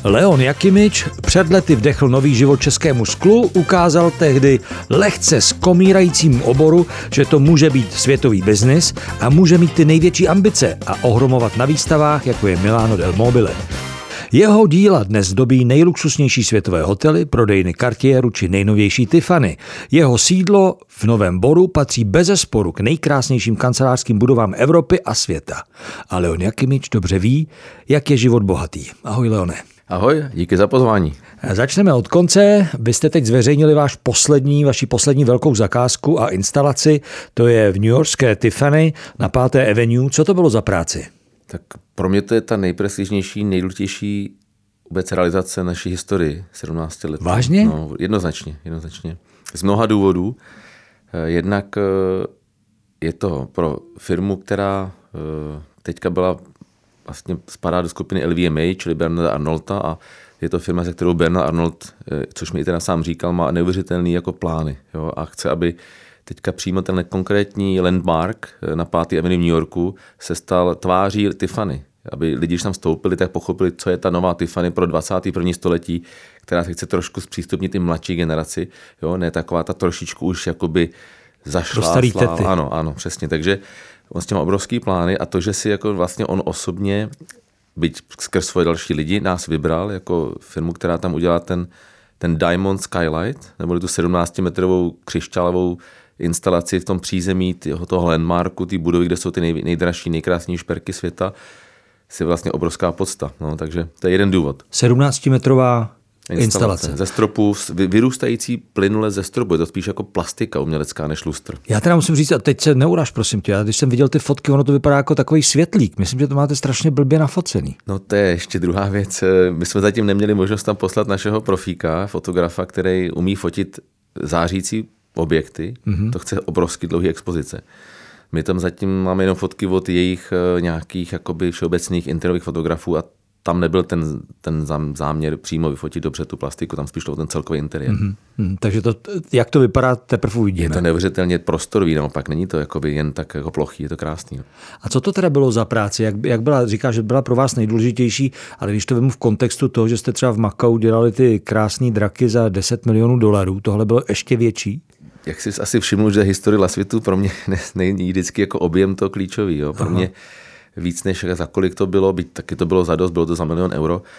Leon Jakimič před lety vdechl nový život českému sklu, ukázal tehdy lehce skomírajícím oboru, že to může být světový biznis a může mít ty největší ambice a ohromovat na výstavách, jako je Milano del Mobile. Jeho díla dnes dobí nejluxusnější světové hotely, prodejny Cartieru či nejnovější Tiffany. Jeho sídlo v Novém Boru patří bezesporu k nejkrásnějším kancelářským budovám Evropy a světa. A Leon Jakimič dobře ví, jak je život bohatý. Ahoj, Leone. Ahoj, díky za pozvání. Začneme od konce. Vy jste teď zveřejnili vaši poslední velkou zakázku a instalaci. To je v newyorské Tiffany na 5. Avenue. Co to bylo za práci? Tak pro mě to je ta nejprestižnější, nejdůležitější vůbec realizace naší historii 17 let. Vážně? No, jednoznačně. Z mnoha důvodů. Jednak je to pro firmu, která teďka byla vlastně spadá do skupiny LVMH, čili Bernarda Arnolta, a je to firma, se kterou Bernard Arnold, což mi i teda sám říkal, má neuvěřitelný jako plány. Jo, a chce, aby teďka přímo ten konkrétní landmark na 5. Avenue v New Yorku se stal tváří Tiffany. Aby lidi, když tam vstoupili, tak pochopili, co je ta nová Tiffany pro 21. století, která se chce trošku zpřístupnit i mladší generaci. Jo, ne taková ta trošičku už jakoby zašlá. Ano, přesně. Takže on s těma obrovský plány a to, že si jako vlastně on osobně, byť skrz svoje další lidi, nás vybral jako firmu, která tam udělá ten Diamond Skylight, nebo tu 17-metrovou křišťálovou instalaci v tom přízemí toho landmarku, té budovy, kde jsou ty nejdražší, nejkrásnější šperky světa, je vlastně obrovská podsta. No, takže to je jeden důvod. 17-metrová instalace. Ze stropu, vyrůstající plynule ze stropu. Je to spíš jako plastika umělecká než lustr. Já teda musím říct, a teď se neuraž, prosím tě, když jsem viděl ty fotky, ono to vypadá jako takový světlík. Myslím, že to máte strašně blbě nafocený. No to je ještě druhá věc. My jsme zatím neměli možnost tam poslat našeho profíka, fotografa, který umí fotit zářící objekty. To chce obrovský dlouhý expozice. My tam zatím máme jenom fotky od jejich nějakých jakoby všeobecných internových fotografů a tam nebyl ten záměr přímo vyfotit dobře tu plastiku, tam spíš to ten celkový interiér. Takže jak to vypadá, teprve uvidíme. Je to neuvěřitelně prostorový, naopak není to jakoby jen tak jako plochý, je to krásný. A co to teda bylo za práci? Jak byla, říkáš, že byla pro vás nejdůležitější, ale když to vemu v kontextu toho, že jste třeba v Macau dělali ty krásné draky za $10 milionů, tohle bylo ještě větší? Jak jsi asi všiml, že historie Lasvitu pro mě není vždycky jako objem to klíčový. Jo? Pro mě víc než za kolik to bylo, byť taky to bylo za dost, bylo to za $1 milion,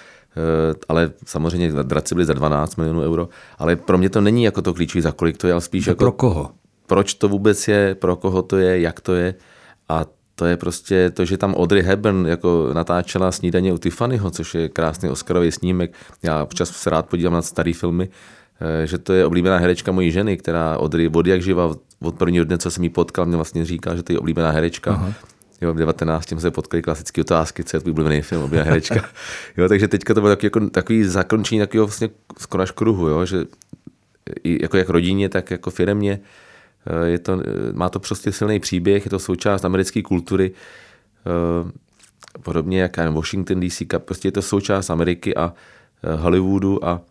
ale samozřejmě draci byly za 12 milionů euro, ale pro mě to není jako to klíčový, za kolik to je, ale spíš jako pro koho? Proč to vůbec je, pro koho to je, jak to je, a to je prostě to, že tam Audrey Hepburn jako natáčela Snídaně u Tiffanyho, což je krásný oscarový snímek. Já občas se rád podívám na starý filmy, že to je oblíbená herečka mojí ženy, která Audrey od jak živa, od prvního dne, co jsem jí potkal, mě vlastně říká, že to je oblíbená herečka. Aha. Jo, v 19. jsme se potkali klasické otázky, co je tvůj oblíbený film, oblíbená herečka. Jo, takže teďka to bylo takový zakončení takového vlastně skoro až kruhu, jo, že jako jak rodině, tak jako firemně má to prostě silný příběh, je to součást americké kultury, podobně jak Washington DC, prostě je to součást Ameriky a Hollywoodu a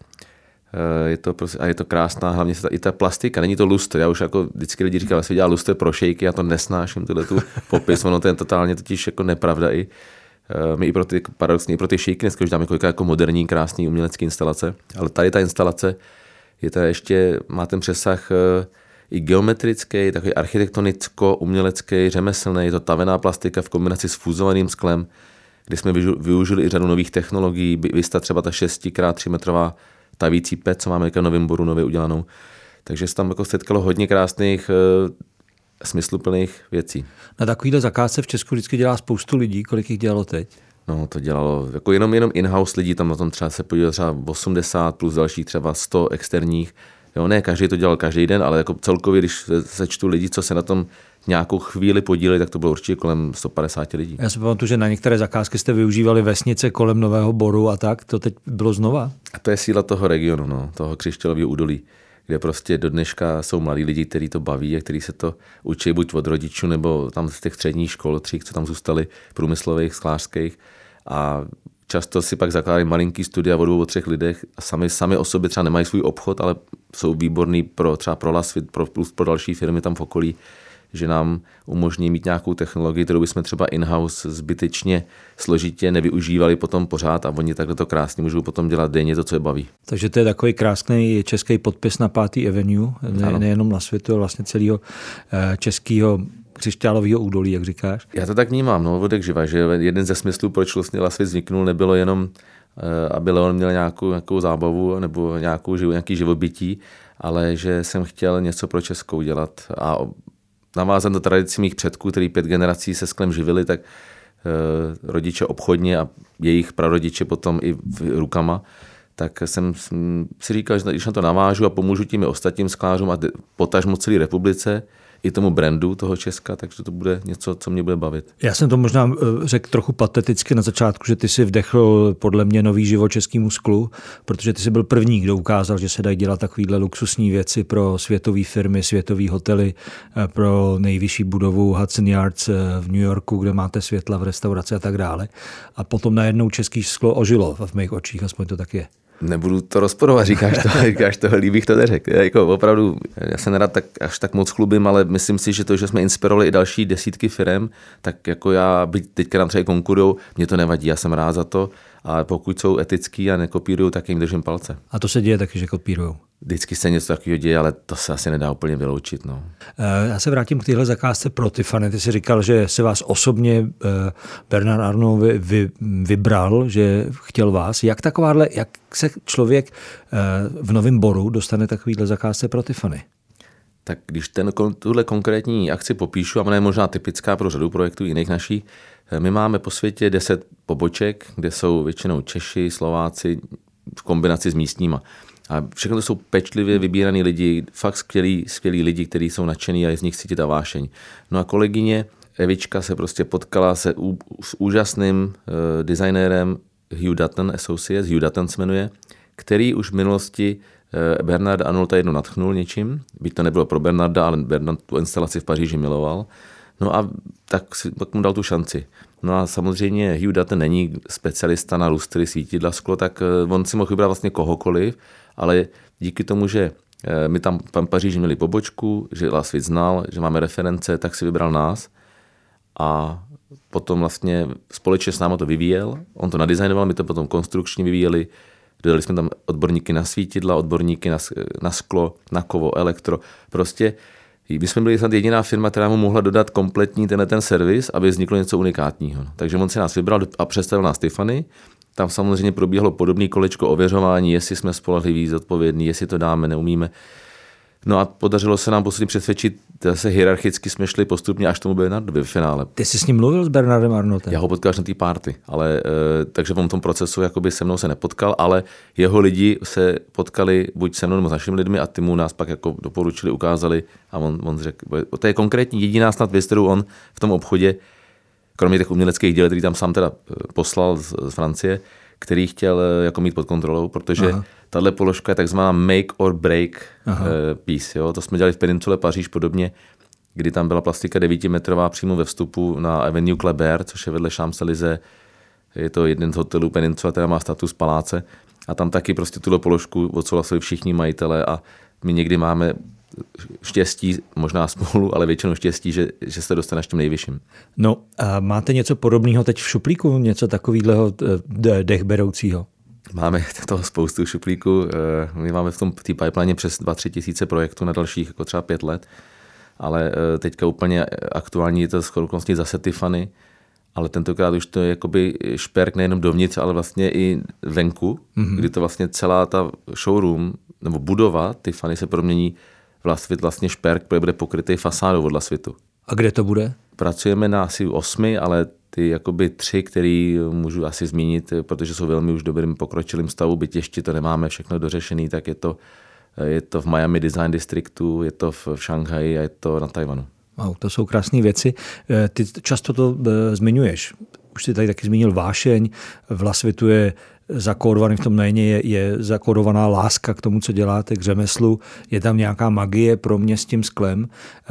je to krásná, hlavně i ta plastika, není to lustr. Já už jako vždycky lidi říkali, že se dělá lustr pro šejky, já to nesnáším, tu popis, ono to je totálně totiž jako nepravda i. My i paradoxně i pro ty šejky dneska už dáme jako moderní, krásný umělecký instalace, ale tady ta instalace má ten přesah i geometrický, takový architektonicko-umělecký, řemeslný, je to tavená plastika v kombinaci s fúzovaným sklem, kde jsme využili i řadu nových technologií, vysta třeba ta 6x3 metrová tavící pec, co máme v Novém Boru nově udělanou. Takže se tam jako setkalo hodně krásných, smysluplných věcí. Na takovýhle zakázce v Česku vždycky dělá spoustu lidí. Kolik jich dělalo teď? No, to dělalo jako jenom in-house lidí, tam na tom třeba se podílelo třeba 80 plus dalších třeba 100 externích. Jo, ne, každý to dělal každý den, ale jako celkově, když sečtu lidi, co se na tom nějakou chvíli podíleli, tak to bylo určitě kolem 150 lidí. Já si pamatuju, že na některé zakázky jste využívali vesnice kolem Nového Boru a tak, to teď bylo znova? A to je síla toho regionu, no, toho křišťálového údolí, kde prostě do dneška jsou mladí lidi, kteří to baví a kteří se to učí buď od rodičů, nebo tam z těch středních škol, co tam zůstali, průmyslových, sklářských, a často si pak zakládají malinký studia o 2, o 3 lidech a sami o sobě třeba nemají svůj obchod, ale jsou výborní třeba pro Lasvit, pro další firmy tam v okolí. že nám umožní mít nějakou technologii, kterou bychom třeba in-house zbytečně složitě nevyužívali potom pořád a oni takhle to krásně můžou potom dělat denně to, co je baví. Takže to je takový krásný český podpis na 5. Avenue, nejenom na světu, ale vlastně celého českého křišťálového údolí, jak říkáš. Já to tak vnímám, odek živa, že jeden ze smyslů, proč vlastně Las Vegas vzniknul, nebylo jenom, aby Leon měl nějakou zábavu nebo nějaký živobytí, ale že jsem chtěl něco pro Českou dělat a navázat do tradicí mých předků, který 5 generací se sklem živili, tak rodiče obchodně a jejich prarodiče potom i rukama, tak jsem si říkal, že když na to navážu a pomůžu tím i ostatním sklářům a potažmo celé republice, i tomu brandu toho Česka, takže to bude něco, co mě bude bavit. Já jsem to možná řekl trochu pateticky na začátku, že ty si vdechl podle mě nový život českému sklu, protože ty jsi byl první, kdo ukázal, že se dají dělat takovýhle luxusní věci pro světové firmy, světové hotely, pro nejvyšší budovu Hudson Yards v New Yorku, kde máte světla v restauraci a tak dále. A potom najednou český sklo ožilo v mých očích, aspoň to tak je. Nebudu to rozporovat, říkáš to, líbých to neřekl. Jako opravdu, já se nerad až tak moc chlubím, ale myslím si, že to, že jsme inspirovali i další desítky firem, tak jako já, byť teďka nám třeba konkurujou, mě to nevadí, já jsem rád za to, a pokud jsou etický a nekopírují, tak jim držím palce. A to se děje taky, že kopírujou? Vždycky se něco takového děje, ale to se asi nedá úplně vyloučit. No. Já se vrátím k téhle zakázce pro Tiffany. Ty jsi říkal, že se vás osobně Bernard Arnault vybral, že chtěl vás. Jak se člověk v Novém Boru dostane takovýhle zakázce pro Tiffany? Tak když tuhle konkrétní akci popíšu, a ona je možná typická pro řadu projektů jiných naší, my máme po světě 10 poboček, kde jsou většinou Češi, Slováci v kombinaci s místníma. A všechno to jsou pečlivě vybíraný lidi, fakt skvělí lidi, kteří jsou nadšený a je z nich cítit ta vášeň. No a kolegyně Evička se prostě potkala s úžasným designérem Hugh Dutton Associates, Hugh Dutton se jmenuje, který už v minulosti Bernarda Arnaulta jednou nadchnul něčím, byť to nebylo pro Bernarda, ale Bernard tu instalaci v Paříži miloval. No a tak mu dal tu šanci. No a samozřejmě Hugh Dutton není specialista na lustry, svítidla, sklo, tak on si mohl vybrat vlastně kohokoliv, ale díky tomu, že my tam v Paříži měli pobočku, že Las Vegas znal, že máme reference, tak si vybral nás a potom vlastně společně s náma to vyvíjel. On to nadizajnoval, my to potom konstrukčně vyvíjeli. Dodali jsme tam odborníky na svítidla, odborníky na sklo, na kovo, elektro. Prostě my jsme byli snad jediná firma, která mu mohla dodat kompletní ten servis, aby vzniklo něco unikátního. Takže on si nás vybral a představil nás Tiffany. Tam samozřejmě probíhalo podobné kolečko ověřování, jestli jsme spolehliví, zodpovědní, jestli to dáme, neumíme. No a podařilo se nám posledně přesvědčit, zase hierarchicky jsme šli postupně až tomu Bernardovi v finále. Ty jsi s ním mluvil s Bernardem Arnaultem? Já ho potkal až na té party, ale takže v tom procesu jakoby se mnou se nepotkal, ale jeho lidi se potkali buď se mnou nebo s našimi lidmi a ty mu nás pak jako doporučili, ukázali a on řekl, to je konkrétní jediná snad věc, kterou on v tom obchodě, kromě těch uměleckých děl, který tam sám teda poslal z Francie, který chtěl jako mít pod kontrolou, protože tahle položka je takzvaná make or break piece. Jo? To jsme dělali v Peninsule Paříž podobně, kdy tam byla plastika 9metrová přímo ve vstupu na Avenue Kléber, což je vedle Champs-Élysées. Je to jeden z hotelů Peninsula, která má status paláce. A tam taky prostě tuhle položku odsouhlasili všichni majitelé a my někdy máme štěstí, možná spolu, ale většinou štěstí, že se dostane až tím nejvyšším. No a máte něco podobného teď v šuplíku? Něco takového dechberoucího? Máme toho spoustu šuplíků. My máme v té pipeline přes 2-3 tisíce projektů na dalších jako třeba 5 let, ale teďka úplně aktuální je to skutečně zase Tiffany, ale tentokrát už to je jakoby šperk nejenom dovnitř, ale vlastně i venku, kdy to vlastně celá ta showroom nebo budova Tiffany se promění vlastně šperk, který bude pokrytý fasádou od Lasvitu. A kde to bude? Pracujeme na asi 8, ale ty jakoby 3, který můžu asi zmínit, protože jsou velmi už dobrým pokročilým stavu, byť ještě to nemáme všechno dořešený, tak je to v Miami Design Districtu, je to v Šanghaji a je to na Tajvanu. Wow, to jsou krásné věci. Ty často to zmiňuješ. Už jsi tady taky zmínil vášeň. V Lasvitu je zakódovaný v tom jméně je zakódovaná láska k tomu, co děláte, k řemeslu. Je tam nějaká magie pro mě s tím sklem.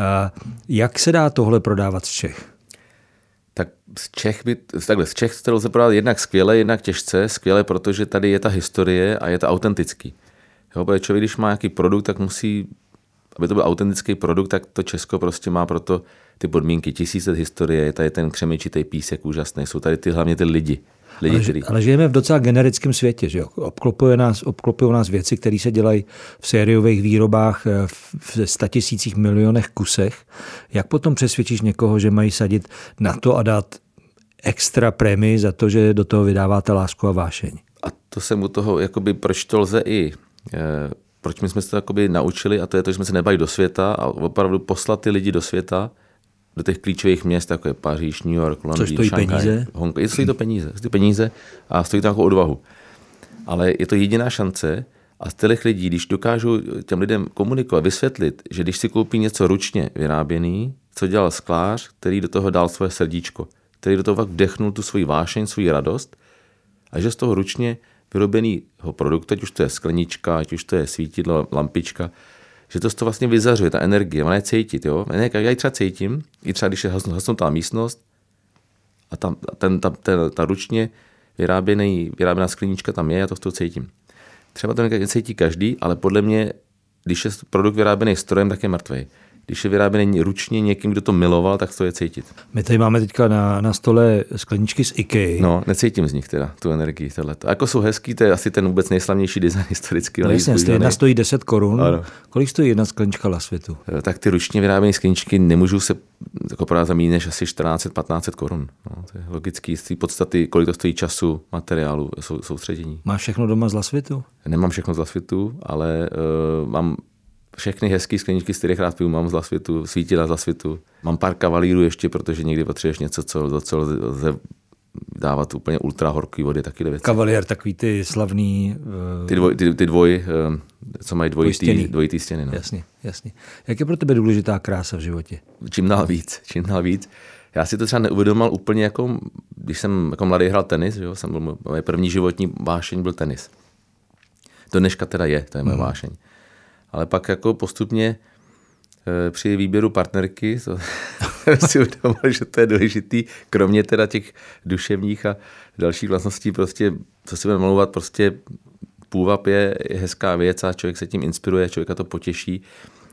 Jak se dá tohle prodávat z Čech? Tak z Čech to lze prodávat jednak skvěle, jednak těžce. Skvěle, protože tady je ta historie a je to autentický. Jo, protože člověk, když má nějaký produkt, tak musí aby to byl autentický produkt, tak to Česko prostě má proto ty podmínky. 1000 let historie, je tady ten křemičitý písek úžasný, jsou tady hlavně ty lidi. Ale žijeme v docela generickém světě, že jo? Obklopují nás věci, které se dělají v sériových výrobách v 100 000 milionech kusech. Jak potom přesvědčíš někoho, že mají sadit na to a dát extra prémii za to, že do toho vydáváte lásku a vášeň? A to jsem u toho, jakoby, proč to lze proč my jsme se to jakoby naučili, a to je to, že jsme se nebali do světa a opravdu poslat ty lidi do světa, do těch klíčových měst, jako je Paříž, New York, Londýn, Šanghaj, Hongkong. Stojí to peníze a stojí to jako odvahu. Ale je to jediná šance a z těch lidí, když dokážu těm lidem komunikovat, vysvětlit, že když si koupí něco ručně vyráběný, co dělal sklář, který do toho dal svoje srdíčko, který do toho vdechnul tu svoji vášeň, svoji radost a že z toho ručně vyrobeného produktu, ať už to je sklenička, ať už to je svítidlo, lampička, že to vlastně vyzařuje, ta energie, ona je cítit, jo. Já ji třeba cítím, i třeba když je hasnutá místnost a ta ručně vyráběná sklenička tam je, já to z toho cítím. Třeba to necítí každý, ale podle mě, když je produkt vyráběný strojem, tak je mrtvej. Když je vyráběný ručně někým, kdo to miloval, tak to je cítit. My tady máme teďka na stole skleničky z IKEA. No, necítím z nich teda tu energii. A jako jsou hezký, to je asi ten vůbec nejslavnější design historicky. No jasně, jedna stojí 10 korun. Kolik stojí jedna sklenička Lasvitu? Tak ty ručně vyráběné skleničky nemůžou se jako prodat za méně než asi 1400-1500 korun. No, to je logický. Z té podstaty, kolik to stojí času, materiálu, soustředění. Máš všechno doma z Lasvitu? Nemám všechno z Lasvitu, ale mám všechny hezký skleničky, z kterých rád piju, mám z Lasvitu, svítila z Lasvitu. Mám pár kavalírů ještě, protože někdy potřebuješ něco, co lze dávat úplně ultra horký vody, taky věci. Kavalier, takový ty slavný... Ty co mají dvojitý stěny. No. Jasně. Jak je pro tebe důležitá krása v životě? Čím dál víc. Já si to třeba neuvědomoval úplně jako, když jsem jako mladý hrál tenis, jo, moje první životní vášeň byl tenis. Do dneška teda to je moje vášeň. Ale pak jako postupně při výběru partnerky si uvědomil, že to je důležitý, kromě teda těch duševních a dalších vlastností, prostě, co si bude malovat, prostě půvab je hezká věc a člověk se tím inspiruje, člověka to potěší.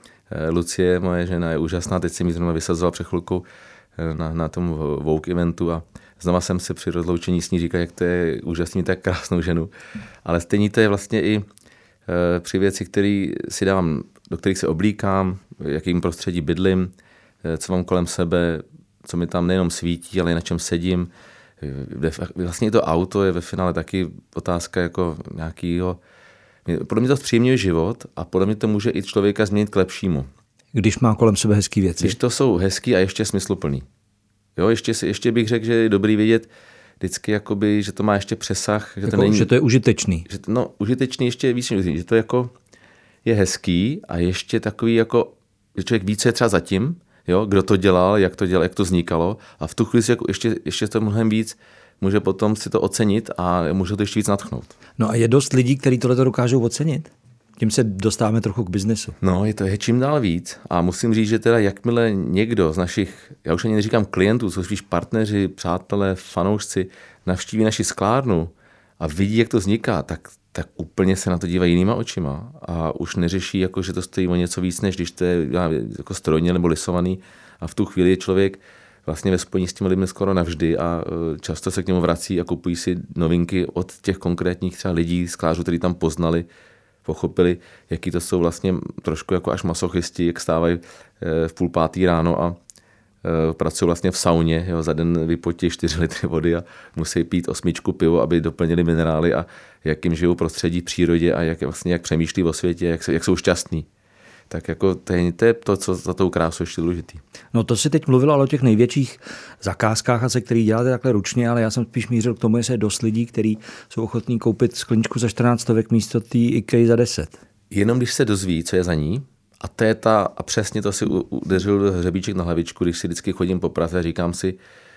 Lucie, moje žena, je úžasná, teď jsem ji zrovna vysazoval před chvilkou na tom Vogue eventu a znova jsem se při rozloučení s ní říkal, jak to je úžasný, tak krásnou ženu. Ale stejně to je vlastně i při věci, které si dávám, do kterých se oblíkám, jakým prostředí bydlím, co mám kolem sebe, co mi tam nejenom svítí, ale i na čem sedím. Vlastně to auto je ve finále taky otázka jako nějakýho... Podle mě to zpříjemňuje život a podle mě to může i člověka změnit k lepšímu. Když má kolem sebe hezký věci. Když to jsou hezký a ještě smysluplný. Jo, ještě bych řekl, že je dobrý vidět vždycky, jakoby, že to má ještě přesah. Že to je užitečný. Užitečný ještě víc, že to jako je hezký a ještě takový, jako, že člověk ví, co je třeba zatím, jo, kdo to dělal, jak to vznikalo a v tu chvíli si jako ještě to mnohem víc může potom si to ocenit a může to ještě víc nadchnout. No a je dost lidí, kteří tohleto dokážou ocenit? Tím se dostáváme trochu k biznesu. No, je to čím dál víc a musím říct, že teda jakmile někdo z našich, já už ani neříkám klientů, jsou spíš partneři, přátelé, fanoušci, navštíví naši sklárnu a vidí, jak to vzniká, tak úplně se na to dívají jinýma očima a už neřeší, jako, že to stojí o něco víc, než když to je jako strojně nebo lisovaný a v tu chvíli je člověk vlastně ve spojení s těmi lidmi skoro navždy a často se k němu vrací a kupují si novinky od těch konkrétních třeba lidí, sklářů, kteří tam poznali, pochopili, jaký to jsou vlastně trošku jako až masochisti, jak stávají v 4:30 ráno a pracují vlastně v sauně, jo, za den vypotí 4 litry vody a musí pít 8 pivo, aby doplnili minerály a jak jim žijou prostředí v přírodě a jak přemýšlí o světě, jak jsou šťastní. Tak jako to je to, co za tou krásou ještě důležitý. No to si teď mluvilo o těch největších zakázkách, a se který děláte takhle ručně, ale já jsem spíš mířil k tomu, že je dost lidí, kteří jsou ochotní koupit skleničku za 14 stovek místo té IKEA za 10. Jenom když se dozví, co je za ní, a to je a přesně to si udeřil hřebíček na hlavičku, když si vždycky chodím po Praze a říkám si,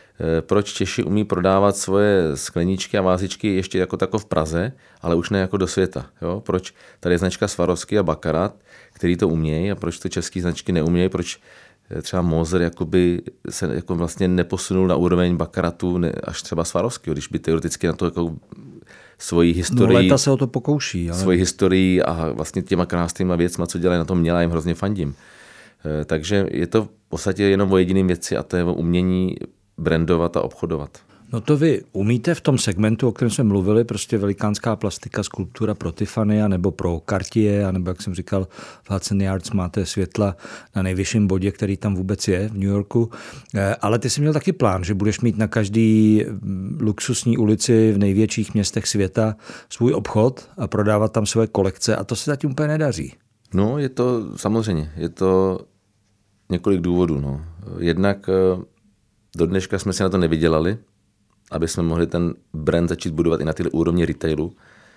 proč Češi umí prodávat svoje skleničky a vázičky ještě jako tako v Praze, ale už ne jako do světa. Jo? Proč tady je značka Swarovski a Baccarat, který to umějí a proč to české značky neumějí, proč třeba Moser jakoby se jako vlastně neposunul na úroveň Baccaratu až třeba Swarovski, když by teoreticky na to jako svoji historii. No, léta se o to pokouší. Ale... Svoji historii a vlastně těma krásnýma věcma, co dělají na tom měla, jim hrozně fandím. Takže je to v podstatě jenom o jediným věci a to je o umění brandovat a obchodovat. No to vy umíte v tom segmentu, o kterém jsme mluvili, prostě velikánská plastika, skulptura pro Tiffany, nebo pro Cartier, nebo jak jsem říkal, v Hudson Yards máte světla na nejvyšším bodě, který tam vůbec je v New Yorku. Ale ty jsi měl taky plán, že budeš mít na každý luxusní ulici v největších městech světa svůj obchod a prodávat tam své kolekce a to se zatím úplně nedaří. No, je to samozřejmě, je to několik důvodů. No. Jednak do dneška jsme si na to nevydělali, aby jsme mohli ten brand začít budovat i na ty úrovni retailu.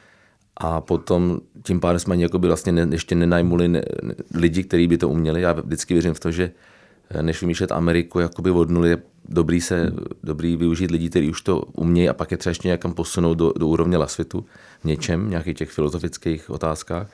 A potom tím pádem jsme ani vlastně ještě nenajmuli lidi, kteří by to uměli. Já vždycky věřím v to, že než vymýšlet Ameriku jakoby od nuly, je dobrý využít lidí, kteří už to umějí a pak je třeba ještě nějakam posunout do úrovně lasvitu v něčem, nějakých těch filozofických otázkách.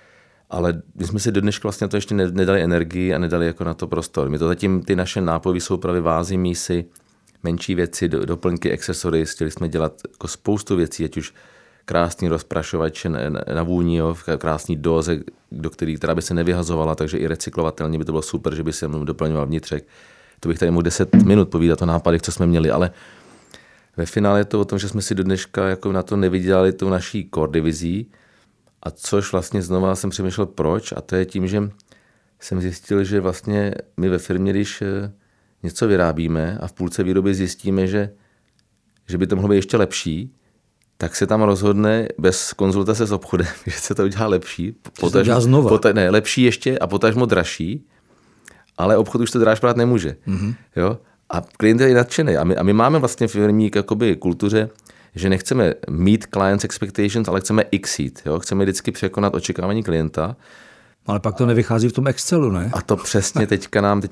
Ale my jsme si do dneška vlastně to ještě nedali energii a nedali jako na to prostor. My to zatím ty naše nápojové soupravy, vázy, mísy, menší věci, doplňky, akcesory, chtěli jsme dělat jako spoustu věcí, ať už krásný rozprašovač na vůni, krásný dóze, která by se nevyhazovala, takže i recyklovatelně by to bylo super, že by se mnou doplňoval vnitřek. To bych tady mohl 10 minut povídat o nápadech, co jsme měli, ale ve finále je to o tom, že jsme si do dneška jako na to nevydělali tou naší core divizí, a což vlastně znova jsem přemýšlel proč, a to je tím, že jsem zjistil, že vlastně my ve firmě, když něco vyrábíme a v půlce výroby zjistíme, že by to mohlo být ještě lepší, tak se tam rozhodne bez konzultace s obchodem, že se to udělá lepší. Lepší ještě a potažmo dražší, ale obchod už to dráž brát nemůže. Mm-hmm. Jo? A klient je nadšený. A my máme vlastně v firmní kultuře, že nechceme meet clients expectations, ale chceme exceed. Jo? Chceme vždycky překonat očekávání klienta. Ale pak to nevychází v tom Excelu, ne? A to přesně teďka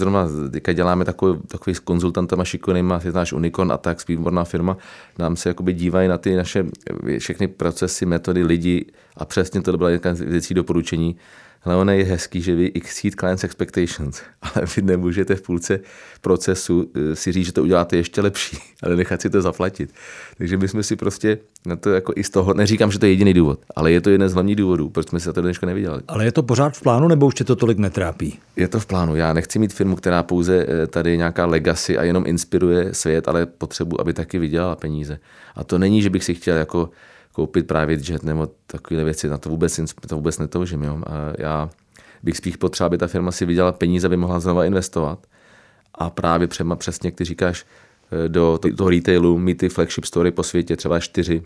děláme takový s konzultantama šikonýma, je náš Unicorn a tak, výborná firma, nám se jakoby dívají na ty naše všechny procesy, metody, lidi a přesně to byla jedna z věcí doporučení. Ale ono je hezký, že vy exceed clients expectations, ale vy nemůžete v půlce procesu si říct, že to uděláte ještě lepší, ale nechat si to zaplatit. Takže my jsme si prostě na to jako i z toho, neříkám, že to je jediný důvod, ale je to jeden z hlavních důvodů, proč jsme si to dneška nevydělali. Ale je to pořád v plánu, nebo už tě to tolik netrápí? Je to v plánu. Já nechci mít firmu, která pouze tady nějaká legacy a jenom inspiruje svět, ale potřebuji, aby taky vydělala peníze. A to není, že bych si chtěl jako koupit private jet nebo takové věci, na to vůbec netoužím. Jo? A já bych spíš potřeboval, aby ta firma si vydělala peníze, aby mohla znova investovat. A právě přesně, jak ty říkáš, do toho retailu mít ty flagship story po světě, třeba 4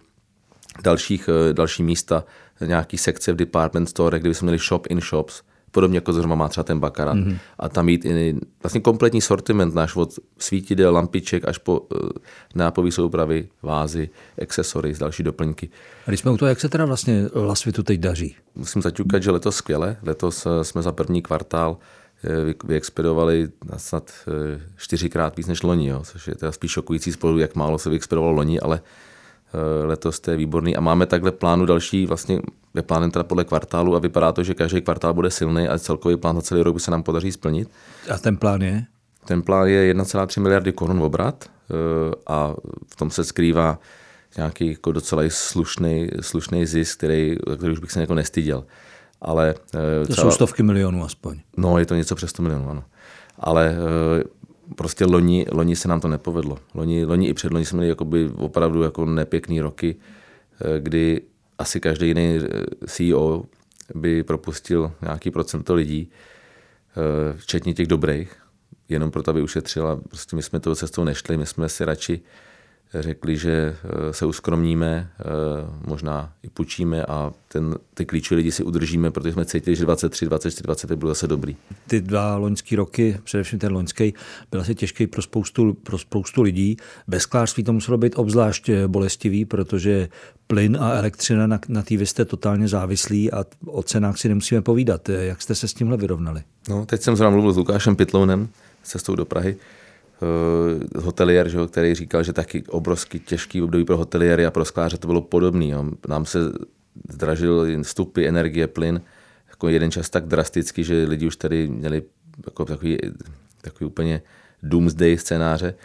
další místa, nějaký sekce v department store, kde bychom měli shop in shops, podobně jako zrovna má třeba ten Baccarat. Mm-hmm. A tam mít i vlastně kompletní sortiment náš od svítidel, lampiček až po nápojové soupravy, vázy, akcesory, další doplňky. A když jsme u toho, jak se teda vlastně Lasvitu teď daří? Musím zaťukat, že letos skvěle. Letos jsme za první kvartál vyexpedovali snad 4krát víc než loni, jo, což je teda spíš šokující spolu, jak málo se vyexpedovalo loni, ale letos to je výborný a máme takhle plánu další, vlastně je plánem teda podle kvartálu a vypadá to, že každý kvartál bude silný a celkový plán za celý rok by se nám podaří splnit. A ten plán je? Ten plán je 1,3 miliardy korun obrat a v tom se skrývá nějaký jako docela slušný zisk, který už bych se jako nestyděl. Ale to jsou stovky milionů aspoň. No, je to něco přes 100 milionů, ano. Ale prostě loni se nám to nepovedlo. Loni i předloni jsme měli jakoby opravdu jako nepěkný roky, kdy asi každý jiný CEO by propustil nějaký procento lidí, včetně těch dobrých, jenom proto, aby ušetřil. A prostě my jsme tou cestou nešli, my jsme si radši řekli, že se uskromníme, možná i půjčíme a ty klíčové lidi si udržíme, protože jsme cítili, že 23, 24, 25 bylo zase dobrý. Ty 2 loňský roky, především ten loňský, byl asi těžký pro spoustu lidí. Bez sklářství to muselo být obzvlášť bolestivý, protože plyn a elektřina, na té vy jste totálně závislí a o cenách si nemusíme povídat. Jak jste se s tímhle vyrovnali? No, teď jsem zrovna mluvil s Lukášem Pytlounem cestou do Prahy, hotelier, že, který říkal, že taky obrovský těžký období pro hoteliéry a pro skláře to bylo podobný. Jo. Nám se zdražil vstupy, energie, plyn, jako jeden čas tak drasticky, že lidi už tady měli jako takový úplně doomsday scénáře.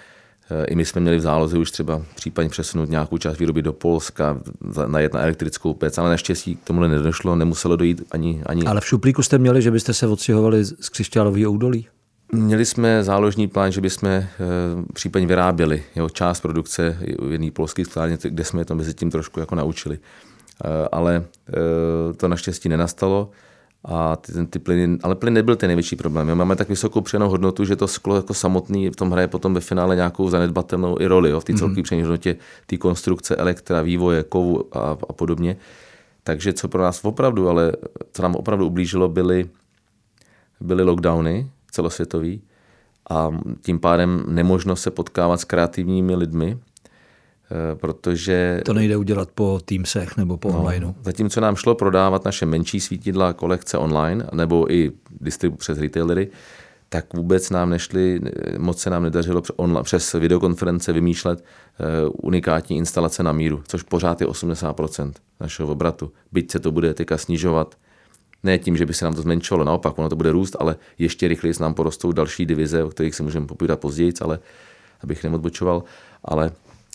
I my jsme měli v záloze už třeba případně přesunout nějakou část výroby do Polska, najet na elektrickou pec, ale naštěstí k tomuhle nedošlo, nemuselo dojít ani. Ale v šuplíku jste měli, že byste se odstěhovali z Křišťálového údolí? Měli jsme záložní plán, že bychom případně vyráběli část produkce v jedné polské sklárně, kde jsme to mezi tím trošku jako naučili. Ale to naštěstí nenastalo. A ty plyny, ale plyn nebyl ten největší problém. My máme tak vysokou přidanou hodnotu, že to sklo jako samotný v tom hraje potom ve finále nějakou zanedbatelnou i roli v té celkové přidané hodnotě té konstrukce elektra, vývoje, kovu a podobně. Takže co pro nás opravdu, ale co nám opravdu ublížilo, byly lockdowny celosvětový a tím pádem nemožnost se potkávat s kreativními lidmi, protože... To nejde udělat po Teamsech nebo po onlineu. Zatímco nám šlo prodávat naše menší svítidla, kolekce online, nebo i přes retailery, tak vůbec nám nešli, moc se nám nedařilo přes videokonference vymýšlet unikátní instalace na míru, což pořád je 80% našeho obratu. Byť se to bude teďka snižovat, ne tím, že by se nám to zmenšovalo, naopak, ono to bude růst, ale ještě rychleji nám porostou další divize, o kterých si můžeme popovídat později, ale abych neodbočoval, ale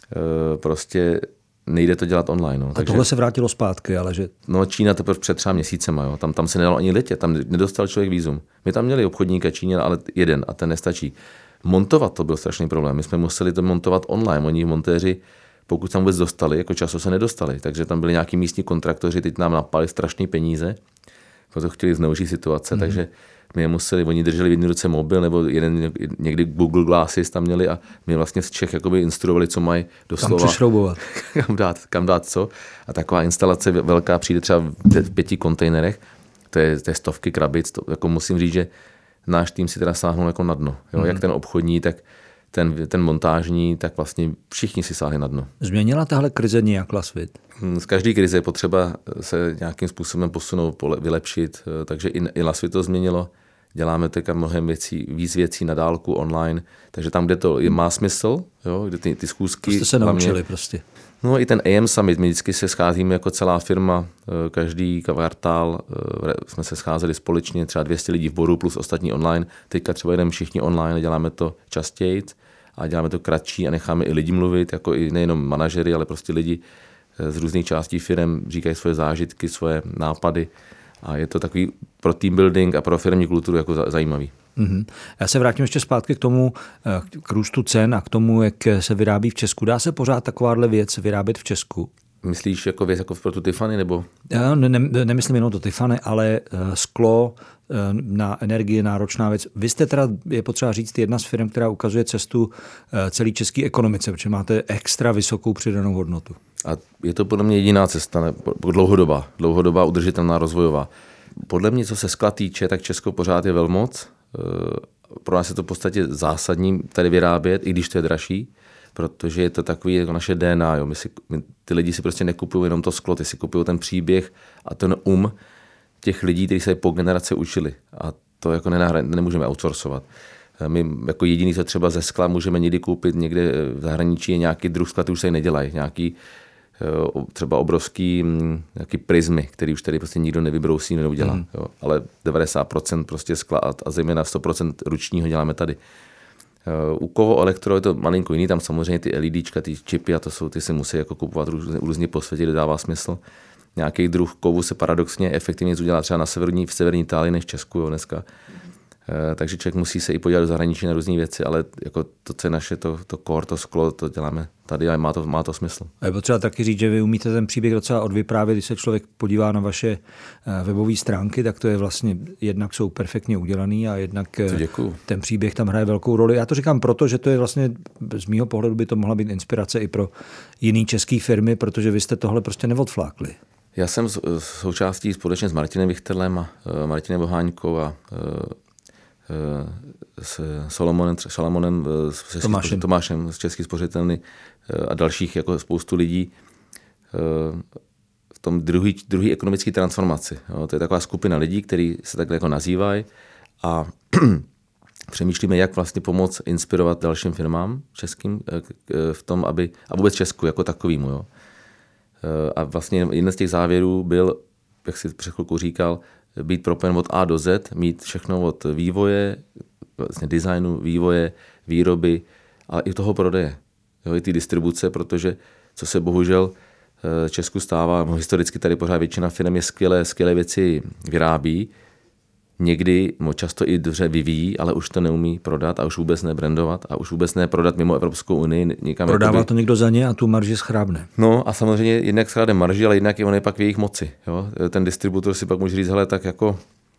prostě nejde to dělat online. No. A tohle se vrátilo zpátky, ale že... No Čína teprve před 3 měsícema, jo. Tam se nedalo ani letět, tam nedostal člověk vízum. My tam měli obchodníka Číně, ale jeden a ten nestačí. Montovat to byl strašný problém. My jsme museli to montovat online. Oni montéři, pokud tam vůbec dostali, jako času se nedostali. Takže tam byli nějaký místní kontraktoři, teď nám napali strašný peníze, proto chtěli zneužít situace, takže my je museli, oni drželi v jedné ruce mobil, nebo někdy Google Glasses tam měli a my vlastně z Čech jakoby instruovali, co mají doslova. Kam přišroubovat. kam dát co. A taková instalace velká přijde třeba v 5 kontejnerech, to je stovky krabic, to, jako musím říct, že náš tým si teda sáhnul jako na dno. Jo? Jak ten obchodní, tak ten montážní, tak vlastně všichni si sáhli na dno. Změnila tahle krize nějak Lasvit? Z každé krize je potřeba se nějakým způsobem posunout, vylepšit, takže i Lasvit to změnilo. Děláme teďka víc věcí na dálku, online, takže tam, kde to má smysl, jo, kde ty schůzky... Jste se naučili prostě. No i ten AM Summit, my vždycky se scházíme jako celá firma, každý kvartál jsme se scházeli společně, třeba 200 lidí v Boru plus ostatní online, teďka třeba jdeme všichni online, děláme to častěji a děláme to kratší a necháme i lidi mluvit, jako i nejenom manažery, ale prostě lidi z různých částí firem říkají svoje zážitky, svoje nápady a je to takový pro team building a pro firmní kulturu jako zajímavý. Mm-hmm. Já se vrátím ještě zpátky k tomu, k růstu cen a k tomu, jak se vyrábí v Česku. Dá se pořád takováhle věc vyrábět v Česku? Myslíš jako věc jako pro tu Tiffany, nebo? Já nemyslím jenom to Tiffany, ale sklo na energii náročná věc. Vy jste teda, je potřeba říct, jedna z firm, která ukazuje cestu celé české ekonomice, protože máte extra vysokou přidanou hodnotu. A je to podle mě jediná cesta, dlouhodobá udržitelná rozvojová. Podle mě, co se skla týče, tak Česko pořád je velmoc. Pro nás je to v podstatě zásadní tady vyrábět, i když to je dražší, protože je to takový jako naše DNA. Jo. Ty lidi si prostě nekupují jenom to sklo, ty si kupují ten příběh a ten těch lidí, kteří se po generace učili. A to jako nemůžeme outsourcovat. My jako jediný, co třeba ze skla můžeme někdy koupit někde v zahraničí, je nějaký druh skla, už se nedělají. Nějaký třeba obrovský nějaký prizmy, který už tady prostě nikdo nevybrousí, neudělá. Jo. Ale 90% prostě skla a zejména 100% ručního děláme tady. U kovo elektro je to malinko jiný, tam samozřejmě ty LEDčka, ty čipy a ty se musí jako kupovat různě po světě, kde dává smysl. Nějaký druh kovu se paradoxně efektivně udělá třeba v severní Itálii než v Česku, jo, dneska. Takže člověk musí se i podívat do zahraničí na různé věci, ale jako to, co je naše, to core, to sklo, to děláme tady a má to smysl. A je potřeba taky říct, že vy umíte ten příběh docela odvyprávět, když se člověk podívá na vaše webové stránky, tak to je vlastně, jednak jsou perfektně udělaný a jednak ten příběh tam hraje velkou roli. Já to říkám proto, že to je vlastně, z mýho pohledu by to mohla být inspirace i pro jiný český firmy, protože vy jste tohle prostě neodflákli. Já jsem součástí společně s Martinem Vichterlem a Martinem Boháňkou a s Šalamonem, s Tomášem z České spořitelny a dalších jako spoustu lidí v tom druhý ekonomické transformaci. Jo, to je taková skupina lidí, kteří se takhle jako nazývají a přemýšlíme, jak vlastně pomoct inspirovat dalším firmám českým v tom, a vůbec Česku jako takovýmu. Jo. A vlastně jeden z těch závěrů byl, jak si před chvilkou říkal, být propojen od A do Z, mít všechno od vývoje, vlastně designu, vývoje, výroby ale i toho prodeje, jo, i ty distribuce, protože co se bohužel Česku stává, historicky tady pořád většina firm je skvělé věci vyrábí, někdy často i dobře vyvíjí, ale už to neumí prodat a už vůbec nebrandovat a už vůbec neprodat mimo Evropskou unii. Prodává to někdo za ně a tu marži schrábne. No a samozřejmě jednak schrábne marži, ale jednak on je pak v jejich moci. Jo? Ten distributor si pak může říct, hele, tak jako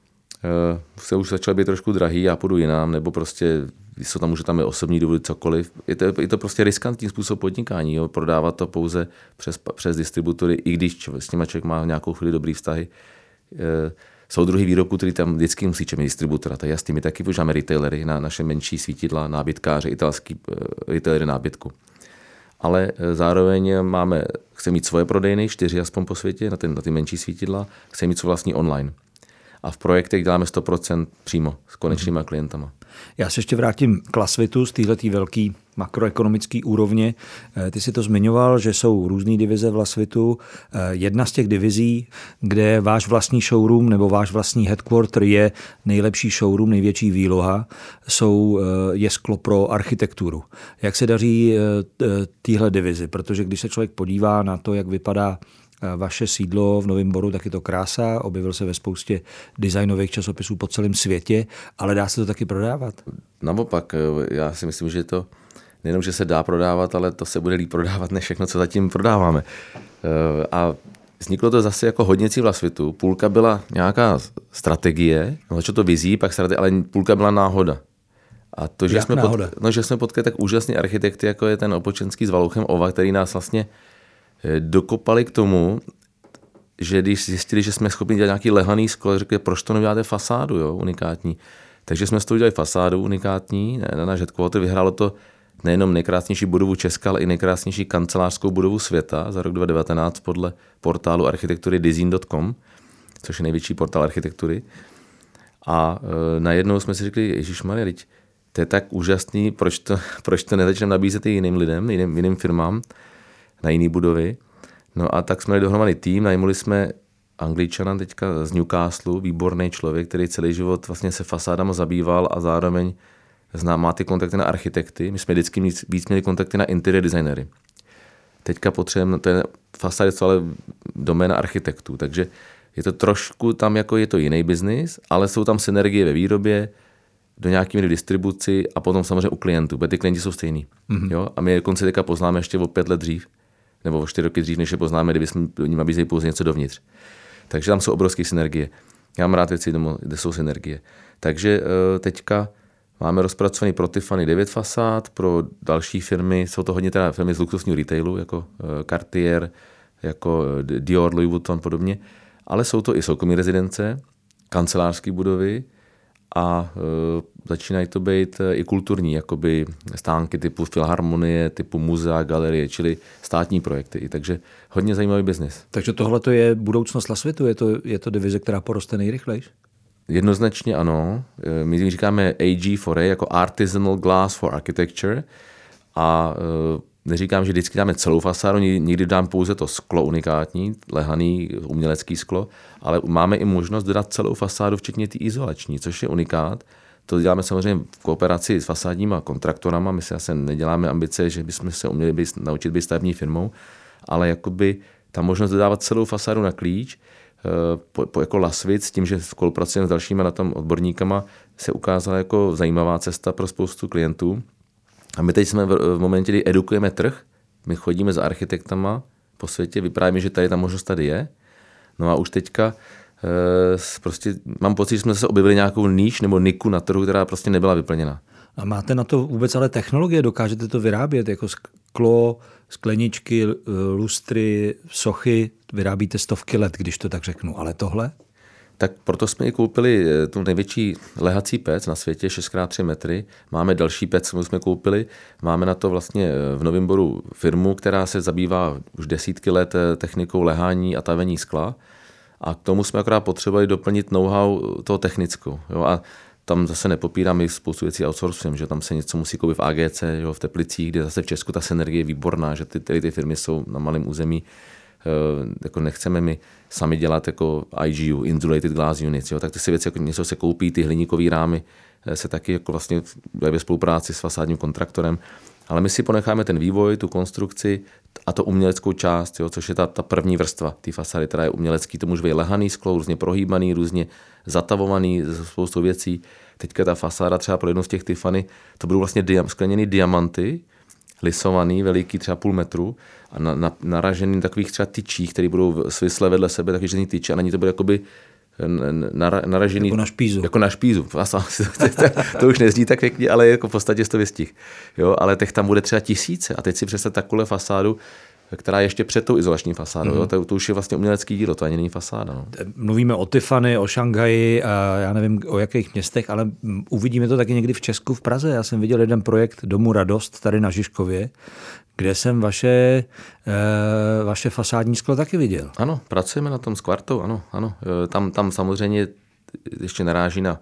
se už začal být trošku drahý, já půjdu jinam, nebo prostě tam je osobní důvody, cokoliv. Je to prostě riskantní způsob podnikání, jo? Prodávat to pouze přes distributory, i když s nimi člověk má nějakou chvíli dobrý vztahy. Jsou druhý výrobků, který tam vždycky musí mít distributora. To je jasný, my taky používáme retailery na naše menší svítidla, nábytkáře, italský retailery nábytku. Ale zároveň chceme mít svoje prodejny, 4 aspoň po světě, na ty menší svítidla, chceme mít svůj vlastní online. A v projektech děláme 100% přímo s konečnýma klientama. Já se ještě vrátím k Lasvitu z téhletý velký makroekonomický úrovně. Ty si to zmiňoval, že jsou různé divize v Lasvitu. Jedna z těch divizí, kde váš vlastní showroom nebo váš vlastní headquarter je nejlepší showroom, největší výloha, je sklo pro architekturu. Jak se daří téhle divizi? Protože když se člověk podívá na to, jak vypadá vaše sídlo v Novém Boru, tak je to krása, objevil se ve spoustě designových časopisů po celém světě, ale dá se to taky prodávat? Naopak, já si myslím, že to nejenom, že se dá prodávat, ale to se bude líp prodávat než všechno, co zatím prodáváme. A vzniklo to zase jako hodněcí v Lasvitu. Půlka byla nějaká strategie, začalo to vizí, pak strategie, ale půlka byla náhoda. A to, že jsme potkali tak úžasný architekty, jako je ten Opočenský s Valouchem Ova, který nás vlastně dokopali k tomu, že když zjistili, že jsme schopni dělat nějaký lehaný sklo, řekli, proč to neuděláte fasádu, jo, unikátní. Takže jsme z toho udělali fasádu unikátní, na náš headquarter, vyhrálo to nejenom nejkrásnější budovu Česka, ale i nejkrásnější kancelářskou budovu světa za rok 2019 podle portálu architektury design.com, což je největší portál architektury. A najednou jsme si řekli, ježišmarja, to je tak úžasný, proč to nezačneme nabízet i jiným lidem, jiným firmám, na jiné budovy. No a tak jsme dali dohromady tým, najmuli jsme Angličana teďka z Newcastle, výborný člověk, který celý život vlastně se fasádama zabýval a zároveň má ty kontakty na architekty. My jsme vždycky víc měli kontakty na interior designery. Teďka potřebujeme, to je fasády, ale doména architektů, takže je to trošku tam, jako je to jiný biznis, ale jsou tam synergie ve výrobě, do nějaký míry v distribuci a potom samozřejmě u klientů, protože ty klienti jsou stejný. Mm-hmm. Jo? A my dokonce teďka poznáme ještě o 5 let dřív, nebo o 4 roky dřív, než je poznáme, kdyby jsme jim nabízeli pouze něco dovnitř. Takže tam jsou obrovské synergie. Já mám rád věci, kde jsou synergie. Takže teďka máme rozpracovaný pro Tiffany 9 fasád, pro další firmy, jsou to hodně teda firmy z luxusního retailu, jako Cartier, jako Dior, Louis Vuitton podobně, ale jsou to i soukromé rezidence, kancelářské budovy a začínají to být i kulturní, jakoby stánky typu filharmonie, typu muzea, galerie, čili státní projekty. Takže hodně zajímavý biznis. Takže tohle je budoucnost Lasvitu? Je to divize, která poroste nejrychleji? Jednoznačně ano. My říkáme AG4A jako Artisanal Glass for Architecture a neříkám, že vždycky dáme celou fasádu, někdy dám pouze to sklo unikátní, lehaný umělecký sklo, ale máme i možnost dodat celou fasádu, včetně té izolační, což je unikát. To děláme samozřejmě v kooperaci s fasádníma kontraktorama, my si asi neděláme ambice, že bychom se uměli naučit být stavební firmou, ale jakoby ta možnost dodávat celou fasádu na klíč, jako Lasvit, s tím, že spolupracujeme s dalšíma na tom odborníkama, se ukázala jako zajímavá cesta pro spoustu klientů. A my teď jsme v momentě, kdy edukujeme trh, my chodíme za architektama po světě, vyprávíme, že tady ta možnost tady je. No a už teďka prostě mám pocit, že jsme zase objevili nějakou níž nebo niku na trhu, která prostě nebyla vyplněna. A máte na to vůbec ale technologie, dokážete to vyrábět, jako sklo, skleničky, lustry, sochy, vyrábíte stovky let, když to tak řeknu, ale tohle? Tak proto jsme i koupili tu největší lehací pec na světě, 6x3 metry. Máme další pec, kterou jsme koupili. Máme na to vlastně v Novém Boru firmu, která se zabývá už desítky let technikou lehání a tavení skla. A k tomu jsme akorát potřebovali doplnit know-how toho technickou. Jo? A tam zase nepopírám, my spoustu věcí outsourcujeme, že tam se něco musí koupit v AGC, jo? V Teplicích, kde zase v Česku ta synergie je výborná, že ty firmy jsou na malém území. Jako nechceme my sami dělat jako IGU, Insulated Glass Units, jo? Tak ty si věci, jako něco se koupí, ty hliníkové rámy se taky jako vlastně ve spolupráci s fasádním kontraktorem Ale my si ponecháme ten vývoj, tu konstrukci a to uměleckou část, jo, což je ta první vrstva té fasády, která je umělecký, to může být lehaný sklo, různě prohýbaný, různě zatavovaný, spoustou věcí. Teďka ta fasáda třeba pro jednu z těch Tiffany, to budou vlastně skleněný diamanty, lisovaný, veliký třeba půl metru a naražený takových třeba tyčích, které budou svislé vedle sebe, takový žádný tyče a na ní to bude jakoby naražený. Jako na špízu. Jako na špízu. To už nezní tak pěkně, ale jako v podstatě to vystih. Jo, ale těch tam bude třeba tisíce a teď si představ takovou fasádu, která je ještě před tou izolační fasádou. Jo? To už je vlastně umělecký dílo, to ani není fasáda. No. Mluvíme o Tiffany, o Šanghaji a já nevím o jakých městech, ale uvidíme to taky někdy v Česku, v Praze. Já jsem viděl jeden projekt Domu Radost tady na Žižkově, kde jsem vaše fasádní sklo taky viděl. Ano, pracujeme na tom s Kvartou, ano. Tam samozřejmě ještě naráží na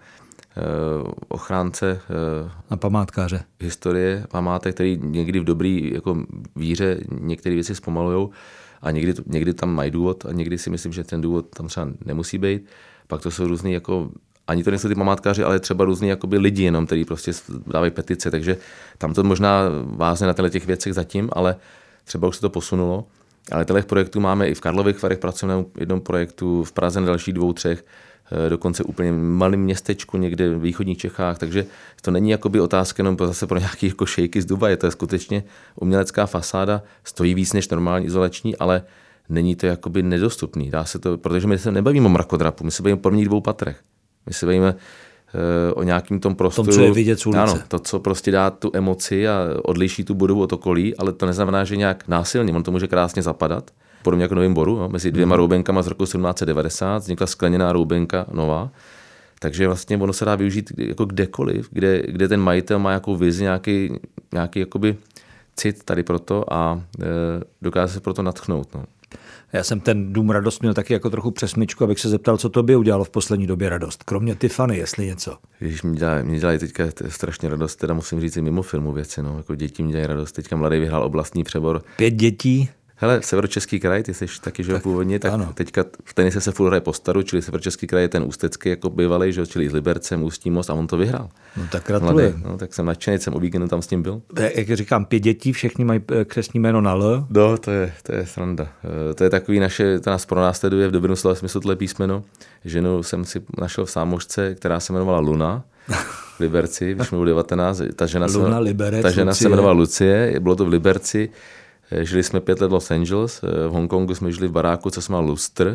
ochránce na památkáře historie památek, který někdy v dobrý jako víře některé věci zpomalujou a někdy tam mají důvod a někdy si myslím, že ten důvod tam třeba nemusí být. Pak to jsou různý jako ani to nejsou ty památkáři, ale třeba různý jakoby lidi jenom, kteří prostě dávají petice, takže tam to možná vázne na těch věcech zatím, ale třeba už se to posunulo. Ale těch projektů máme i v Karlových Varech, pracujeme na jednom projektu, v Praze na dalších 2, 3, dokonce úplně malým městečku někde v východních Čechách, takže to není jakoby otázka jenom zase pro nějaký jako šejky z Dubaje, to je skutečně umělecká fasáda, stojí víc než normální izolační, ale není to jakoby nedostupný, dá se to, protože my se nebavíme o mrakodrapu, my se bavíme o prvních 2 patrech, my se bavíme o nějakým tom prostoru. Tom, co je vidět z ulice. Ano, to, co prostě dá tu emoci a odliší tu budovu od okolí, ale to neznamená, že nějak násilně, on to může krásně zapadat. Podobně jako Novým Boru, mezi 2 roubenkama z roku 1790 vznikla skleněná roubenka nová, takže vlastně ono se dá využít jako kdekoliv, kde ten majitel má nějakou vizi, nějaký jakoby cit tady proto a dokáže se proto nadchnout. No. Já jsem ten Dům Radost měl taky jako trochu přesmyčku, abych se zeptal, co tobě udělalo v poslední době radost, kromě Tiffany, jestli něco. Když mě dělají teďka strašně radost, teda musím říct i mimo filmu věci, no, jako děti mě dělají radost. Teďka mladý vyhrál oblastní přebor. 5 dětí. Hele, Severočeský kraj, ty jsi taky, že původně, tak ano. Teďka v tenise se furt hraje po staru, čili Severočeský kraj je ten ústecký jako bývalý, že, čili s Libercem, Ústí Most a on to vyhrál. No tak gratuluji. No, tak jsem nadšený, jsem o víkendu tam s ním byl. Jak říkám, 5 dětí, všechny mají křestní jméno na L. No, to je sranda. To je takový to nás pronásleduje v dobrém slova smyslu tohle písmeno. Ženu jsem si našel v Sámošce, která se jmenovala Luna. V Liberci, když mi bylo 19, ta žena se jmenovala Lucie, bylo to v Liberci. Žili jsme 5 let v Los Angeles, v Hongkongu jsme žili v baráku, co se má lustr.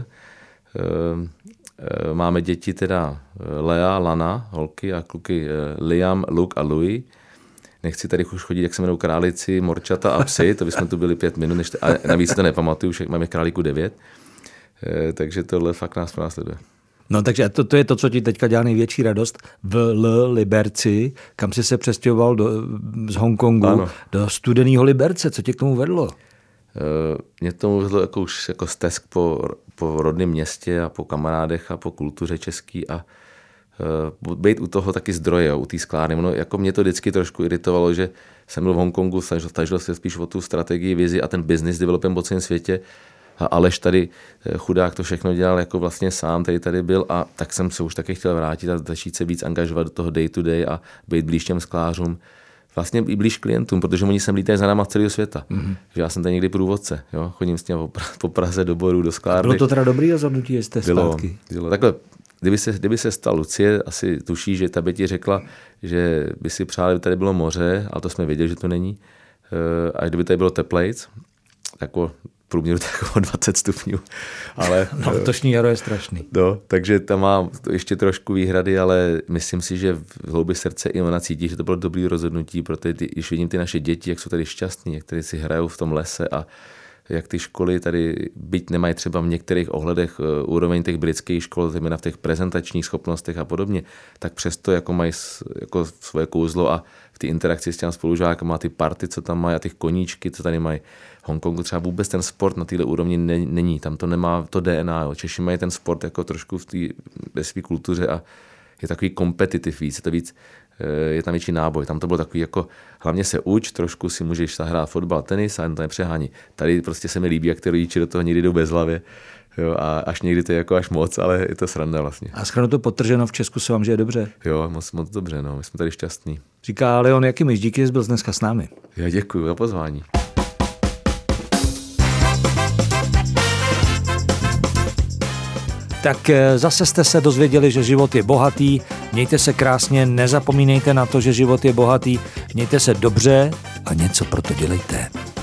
Máme děti teda Lea, Lana, holky a kluky Liam, Luke a Louis. Nechci tady už chodit, jak se jmenou králici, morčata a psy, to bychom tu byli 5 minut, a navíc to nepamatuju, však máme králíku 9. Takže tohle fakt nás pronásleduje. No takže to je to, co ti teďka dělá největší radost v Liberci, kam jsi se přestěhoval z Hongkongu do studeného Liberce. Co tě k tomu vedlo? Mě to vedlo jako už jako stesk po rodném městě a po kamarádech a po kultuře český a být u toho taky zdroje, u té sklárny. Ono, jako mě to vždycky trošku iritovalo, že jsem byl v Hongkongu, snažil se spíš o tu strategii, vizi a ten business development po celém světě. A Aleš tady, chudák, to všechno dělal jako vlastně sám, tady byl a tak jsem se už taky chtěl vrátit a začít se víc angažovat do toho day to day a být blíž těm sklářům. Vlastně i blíž klientům, protože oni sem lítají za náma z celého světa. Mm-hmm. Že já jsem tady někdy průvodce, jo? Chodím s ním po Praze do Boru, do sklárny. Bylo to teda dobrý rozhodnutí, jestli jste zpátky? Bylo. Takhle, kdyby se stal Lucie, asi tuší, že ta by ti řekla, že by si přáli, aby tady bylo moře, ale to jsme věděli, že to není. A kdyby tady bylo teplejc, tak průměru takového 20 stupňů. Ale no, letošní jaro je strašný. No, takže tam má ještě trošku výhrady, ale myslím si, že v hloubi srdce i ona cítí, že to bylo dobré rozhodnutí, protože když vidím ty naše děti, jak jsou tady šťastní, jak tady si hrajou v tom lese a jak ty školy tady byť nemají třeba v některých ohledech úroveň těch britských škol, zejména v těch prezentačních schopnostech a podobně, tak přesto jako mají jako svoje kouzlo a v té interakci s těmi spolužákama, ty party, co tam mají a těch koníčky, co tady mají. V Hongkongu třeba vůbec ten sport na této úrovni není, tam to nemá to DNA. Jo. Češi mají ten sport jako trošku ve své kultuře a je takový kompetitiv víc, je to víc je tam větší náboj. Tam to bylo takový jako, hlavně se uč, trošku si můžeš zahrát fotbal, tenis a jen to nepřehání. Tady prostě se mi líbí, jak ty rodiče do toho někdy jdou bezhlavě. Jo, a až někdy to je jako až moc, ale je to sranda vlastně. A shrnu to podtrženo, v Česku se vám žije dobře. Jo, moc dobře, no, my jsme tady šťastní. Říká Leon Jakimiš, díky, že jsi byl dneska s námi. Já děkuji za pozvání. Tak zase jste se dozvěděli, že život je bohatý, mějte se krásně, nezapomínejte na to, že život je bohatý, mějte se dobře a něco pro to dělejte.